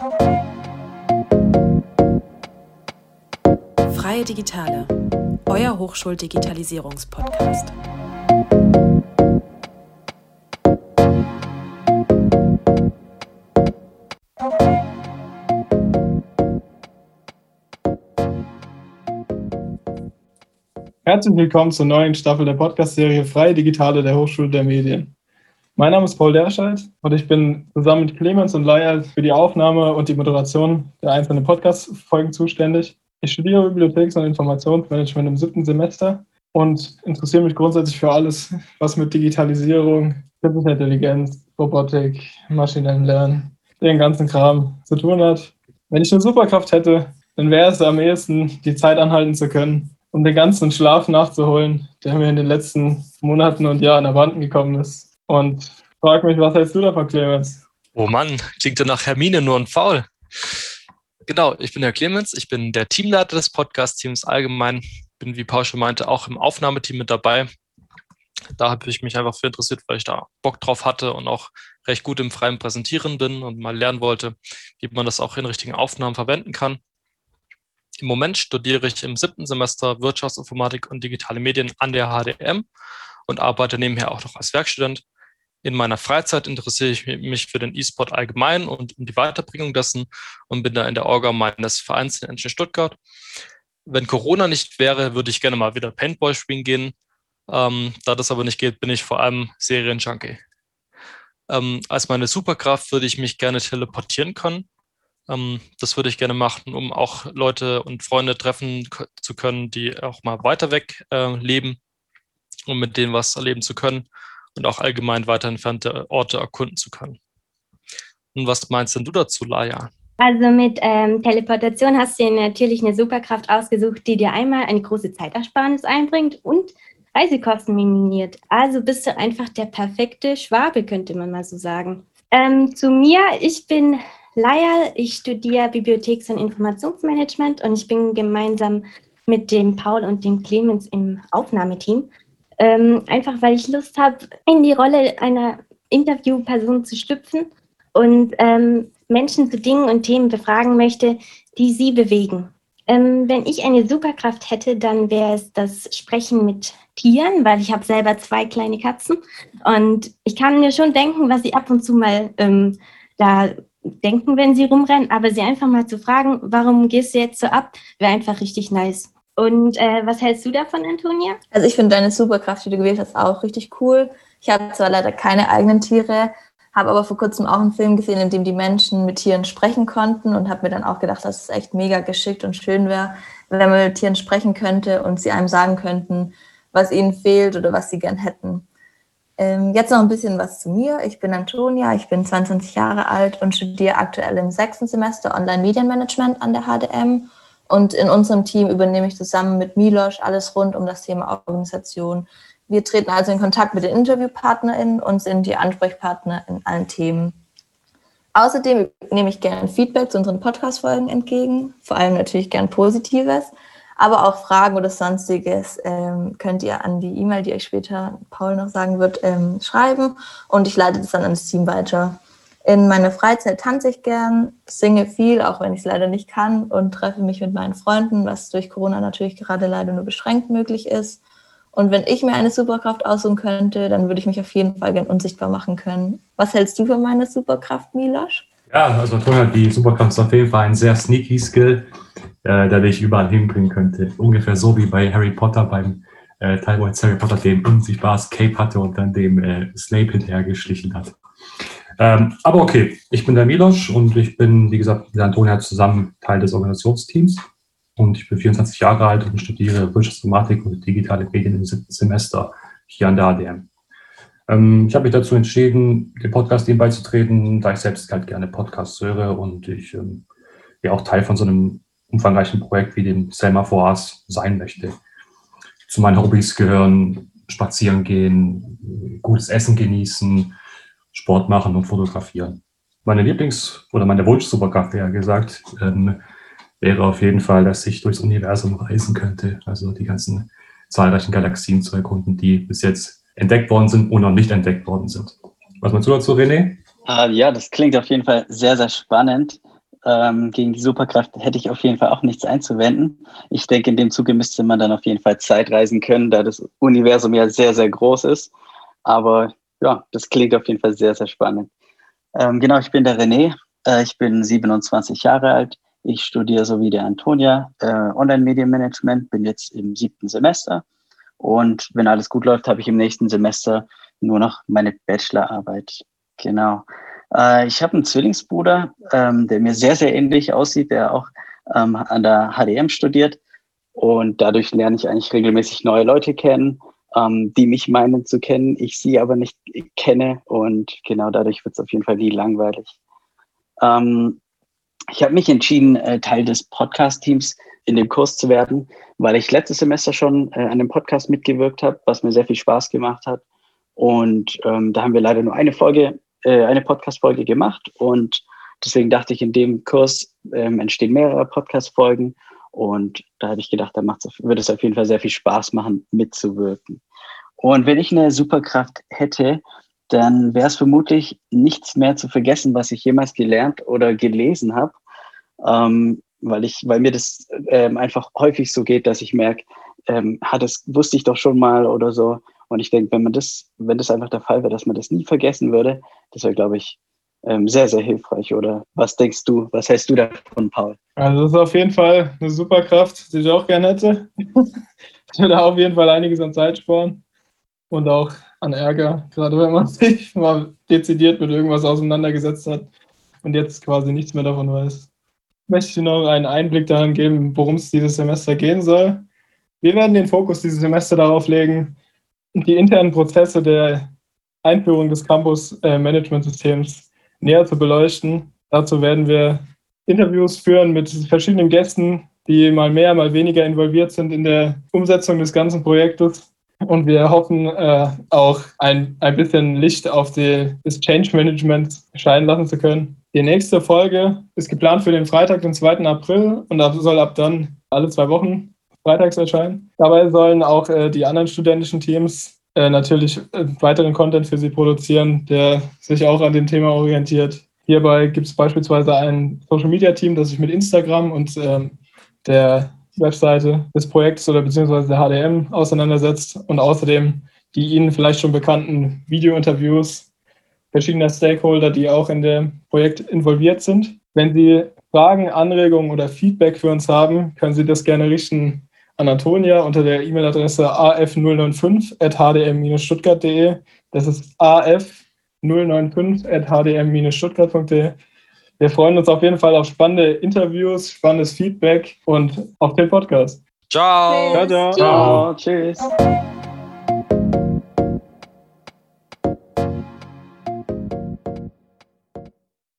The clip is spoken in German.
Freie Digitale, euer Hochschuldigitalisierungspodcast. Herzlich willkommen zur neuen Staffel der Podcast-Serie Freie Digitale der Hochschule der Medien. Mein Name ist Paul Derscheid und ich bin zusammen mit Clemens und Laia für die Aufnahme und die Moderation der einzelnen Podcast-Folgen zuständig. Ich studiere Bibliotheks- und Informationsmanagement im 7. Semester und interessiere mich grundsätzlich für alles, was mit Digitalisierung, künstlicher Intelligenz, Robotik, maschinellem Lernen, den ganzen Kram zu tun hat. Wenn ich eine Superkraft hätte, dann wäre es am ehesten, die Zeit anhalten zu können, um den ganzen Schlaf nachzuholen, der mir in den letzten Monaten und Jahren abhanden gekommen ist. Und frag mich, was hältst du davon, Clemens? Oh Mann, klingt ja nach Hermine nur und faul. Genau, ich bin der Clemens, ich bin der Teamleiter des Podcast-Teams allgemein, bin, wie Paul schon meinte, auch im Aufnahmeteam mit dabei. Da habe ich mich einfach für interessiert, weil ich da Bock drauf hatte und auch recht gut im freien Präsentieren bin und mal lernen wollte, wie man das auch in richtigen Aufnahmen verwenden kann. Im Moment studiere ich im 7. Semester Wirtschaftsinformatik und digitale Medien an der HDM und arbeite nebenher auch noch als Werkstudent. In meiner Freizeit interessiere ich mich für den E-Sport allgemein und um die Weiterbringung dessen und bin da in der Orga meines Vereins in Stuttgart. Wenn Corona nicht wäre, würde ich gerne mal wieder Paintball spielen gehen. Da das aber nicht geht, bin ich vor allem Serienjunkie. Als meine Superkraft würde ich mich gerne teleportieren können. Das würde ich gerne machen, um auch Leute und Freunde treffen zu können, die auch mal weiter weg leben, um mit denen was erleben zu können und auch allgemein weiter entfernte Orte erkunden zu können. Und was meinst denn du dazu, Laia? Also mit Teleportation hast du dir natürlich eine Superkraft ausgesucht, die dir einmal eine große Zeitersparnis einbringt und Reisekosten minimiert. Also bist du einfach der perfekte Schwabe, könnte man mal so sagen. Zu mir, ich bin Laia, ich studiere Bibliotheks- und Informationsmanagement und ich bin gemeinsam mit dem Paul und dem Clemens im Aufnahmeteam. Einfach weil ich Lust habe, in die Rolle einer Interviewperson zu schlüpfen und Menschen zu Dingen und Themen befragen möchte, die sie bewegen. Wenn ich eine Superkraft hätte, dann wäre es das Sprechen mit Tieren, weil ich habe selber 2 kleine Katzen und ich kann mir schon denken, was sie ab und zu mal da denken, wenn sie rumrennen, aber sie einfach mal zu fragen, warum gehst du jetzt so ab, wäre einfach richtig nice. Und was hältst du davon, Antonia? Also ich finde deine Superkraft, die du gewählt hast, auch richtig cool. Ich habe zwar leider keine eigenen Tiere, habe aber vor kurzem auch einen Film gesehen, in dem die Menschen mit Tieren sprechen konnten und habe mir dann auch gedacht, dass es echt mega geschickt und schön wäre, wenn man mit Tieren sprechen könnte und sie einem sagen könnten, was ihnen fehlt oder was sie gern hätten. Jetzt noch ein bisschen was zu mir. Ich bin Antonia, ich bin 22 Jahre alt und studiere aktuell im 6. Semester Online-Medienmanagement an der HDM. Und in unserem Team übernehme ich zusammen mit Milos alles rund um das Thema Organisation. Wir treten also in Kontakt mit den InterviewpartnerInnen und sind die Ansprechpartner in allen Themen. Außerdem nehme ich gerne Feedback zu unseren Podcast-Folgen entgegen, vor allem natürlich gern Positives, aber auch Fragen oder Sonstiges könnt ihr an die E-Mail, die euch später Paul noch sagen wird, schreiben und ich leite das dann an das Team weiter. In meiner Freizeit tanze ich gern, singe viel, auch wenn ich es leider nicht kann und treffe mich mit meinen Freunden, was durch Corona natürlich gerade leider nur beschränkt möglich ist. Und wenn ich mir eine Superkraft aussuchen könnte, dann würde ich mich auf jeden Fall gern unsichtbar machen können. Was hältst du für meine Superkraft, Milos? Ja, also Antonia, die Superkraft ist auf jeden Fall ein sehr sneaky Skill, der dich überall hinbringen könnte. Ungefähr so wie bei Harry Potter beim Teil, wo jetzt Harry Potter dem unsichtbares Cape hatte und dann dem Snape hinterhergeschlichen hat. Aber okay, ich bin der Milos und ich bin, wie gesagt, mit Antonia zusammen Teil des Organisationsteams und ich bin 24 Jahre alt und studiere Wirtschaftsinformatik und digitale Medien im 7. Semester hier an der ADM. Ich habe mich dazu entschieden, dem Podcast beizutreten, da ich selbst halt gerne Podcasts höre und ich ja auch Teil von so einem umfangreichen Projekt wie dem Selma for Us sein möchte. Zu meinen Hobbys gehören spazieren gehen, gutes Essen genießen, Sport machen und fotografieren. Meine meine Wunsch-Superkraft, eher gesagt, wäre auf jeden Fall, dass ich durchs Universum reisen könnte, also die ganzen zahlreichen Galaxien zu erkunden, die bis jetzt entdeckt worden sind und noch nicht entdeckt worden sind. Was meinst du dazu, René? Ja, das klingt auf jeden Fall sehr, sehr spannend. Gegen die Superkraft hätte ich auf jeden Fall auch nichts einzuwenden. Ich denke, in dem Zuge müsste man dann auf jeden Fall Zeitreisen können, da das Universum ja sehr, sehr groß ist. Aber ja, das klingt auf jeden Fall sehr, sehr spannend. Genau, ich bin der René. Ich bin 27 Jahre alt. Ich studiere so wie der Antonia Online-Medienmanagement, bin jetzt im 7. Semester. Und wenn alles gut läuft, habe ich im nächsten Semester nur noch meine Bachelorarbeit. Genau. Ich habe einen Zwillingsbruder, der mir sehr, sehr ähnlich aussieht, der auch an der HDM studiert. Und dadurch lerne ich eigentlich regelmäßig neue Leute kennen, die mich meinen zu kennen, ich sie aber nicht kenne. Und genau dadurch wird es auf jeden Fall nie langweilig. Ich habe mich entschieden, Teil des Podcast-Teams in dem Kurs zu werden, weil ich letztes Semester schon an dem Podcast mitgewirkt habe, was mir sehr viel Spaß gemacht hat. Und da haben wir leider nur eine Podcast-Folge gemacht. Und deswegen dachte ich, in dem Kurs entstehen mehrere Podcast-Folgen. Und da habe ich gedacht, da würde es auf jeden Fall sehr viel Spaß machen, mitzuwirken. Und wenn ich eine Superkraft hätte, dann wäre es vermutlich nichts mehr zu vergessen, was ich jemals gelernt oder gelesen habe, weil mir das einfach häufig so geht, dass ich merke, das wusste ich doch schon mal oder so. Und ich denke, wenn das einfach der Fall wäre, dass man das nie vergessen würde, das wäre, glaube ich, sehr, sehr hilfreich. Oder was denkst du, was hältst du davon, Paul? Also das ist auf jeden Fall eine Superkraft, die ich auch gerne hätte. Ich würde auf jeden Fall einiges an Zeit sparen und auch an Ärger, gerade wenn man sich mal dezidiert mit irgendwas auseinandergesetzt hat und jetzt quasi nichts mehr davon weiß. Ich möchte noch einen Einblick daran geben, worum es dieses Semester gehen soll. Wir werden den Fokus dieses Semester darauf legen, die internen Prozesse der Einführung des Campus-Management-Systems näher zu beleuchten. Dazu werden wir Interviews führen mit verschiedenen Gästen, die mal mehr, mal weniger involviert sind in der Umsetzung des ganzen Projektes. Und wir hoffen, auch ein bisschen Licht auf das Change-Management scheinen lassen zu können. Die nächste Folge ist geplant für den Freitag, den 2. April und soll ab dann alle 2 Wochen freitags erscheinen. Dabei sollen auch die anderen studentischen Teams natürlich weiteren Content für sie produzieren, der sich auch an dem Thema orientiert. Hierbei gibt es beispielsweise ein Social-Media-Team, das sich mit Instagram und der Webseite des Projekts oder beziehungsweise der HDM auseinandersetzt und außerdem die Ihnen vielleicht schon bekannten Video-Interviews verschiedener Stakeholder, die auch in dem Projekt involviert sind. Wenn Sie Fragen, Anregungen oder Feedback für uns haben, können Sie das gerne richten an Antonia unter der E-Mail-Adresse af095@hdm-stuttgart.de. Das ist af095@hdm-stuttgart.de. Wir freuen uns auf jeden Fall auf spannende Interviews, spannendes Feedback und auf den Podcast. Ciao. Ciao, ciao. Ciao, tschüss.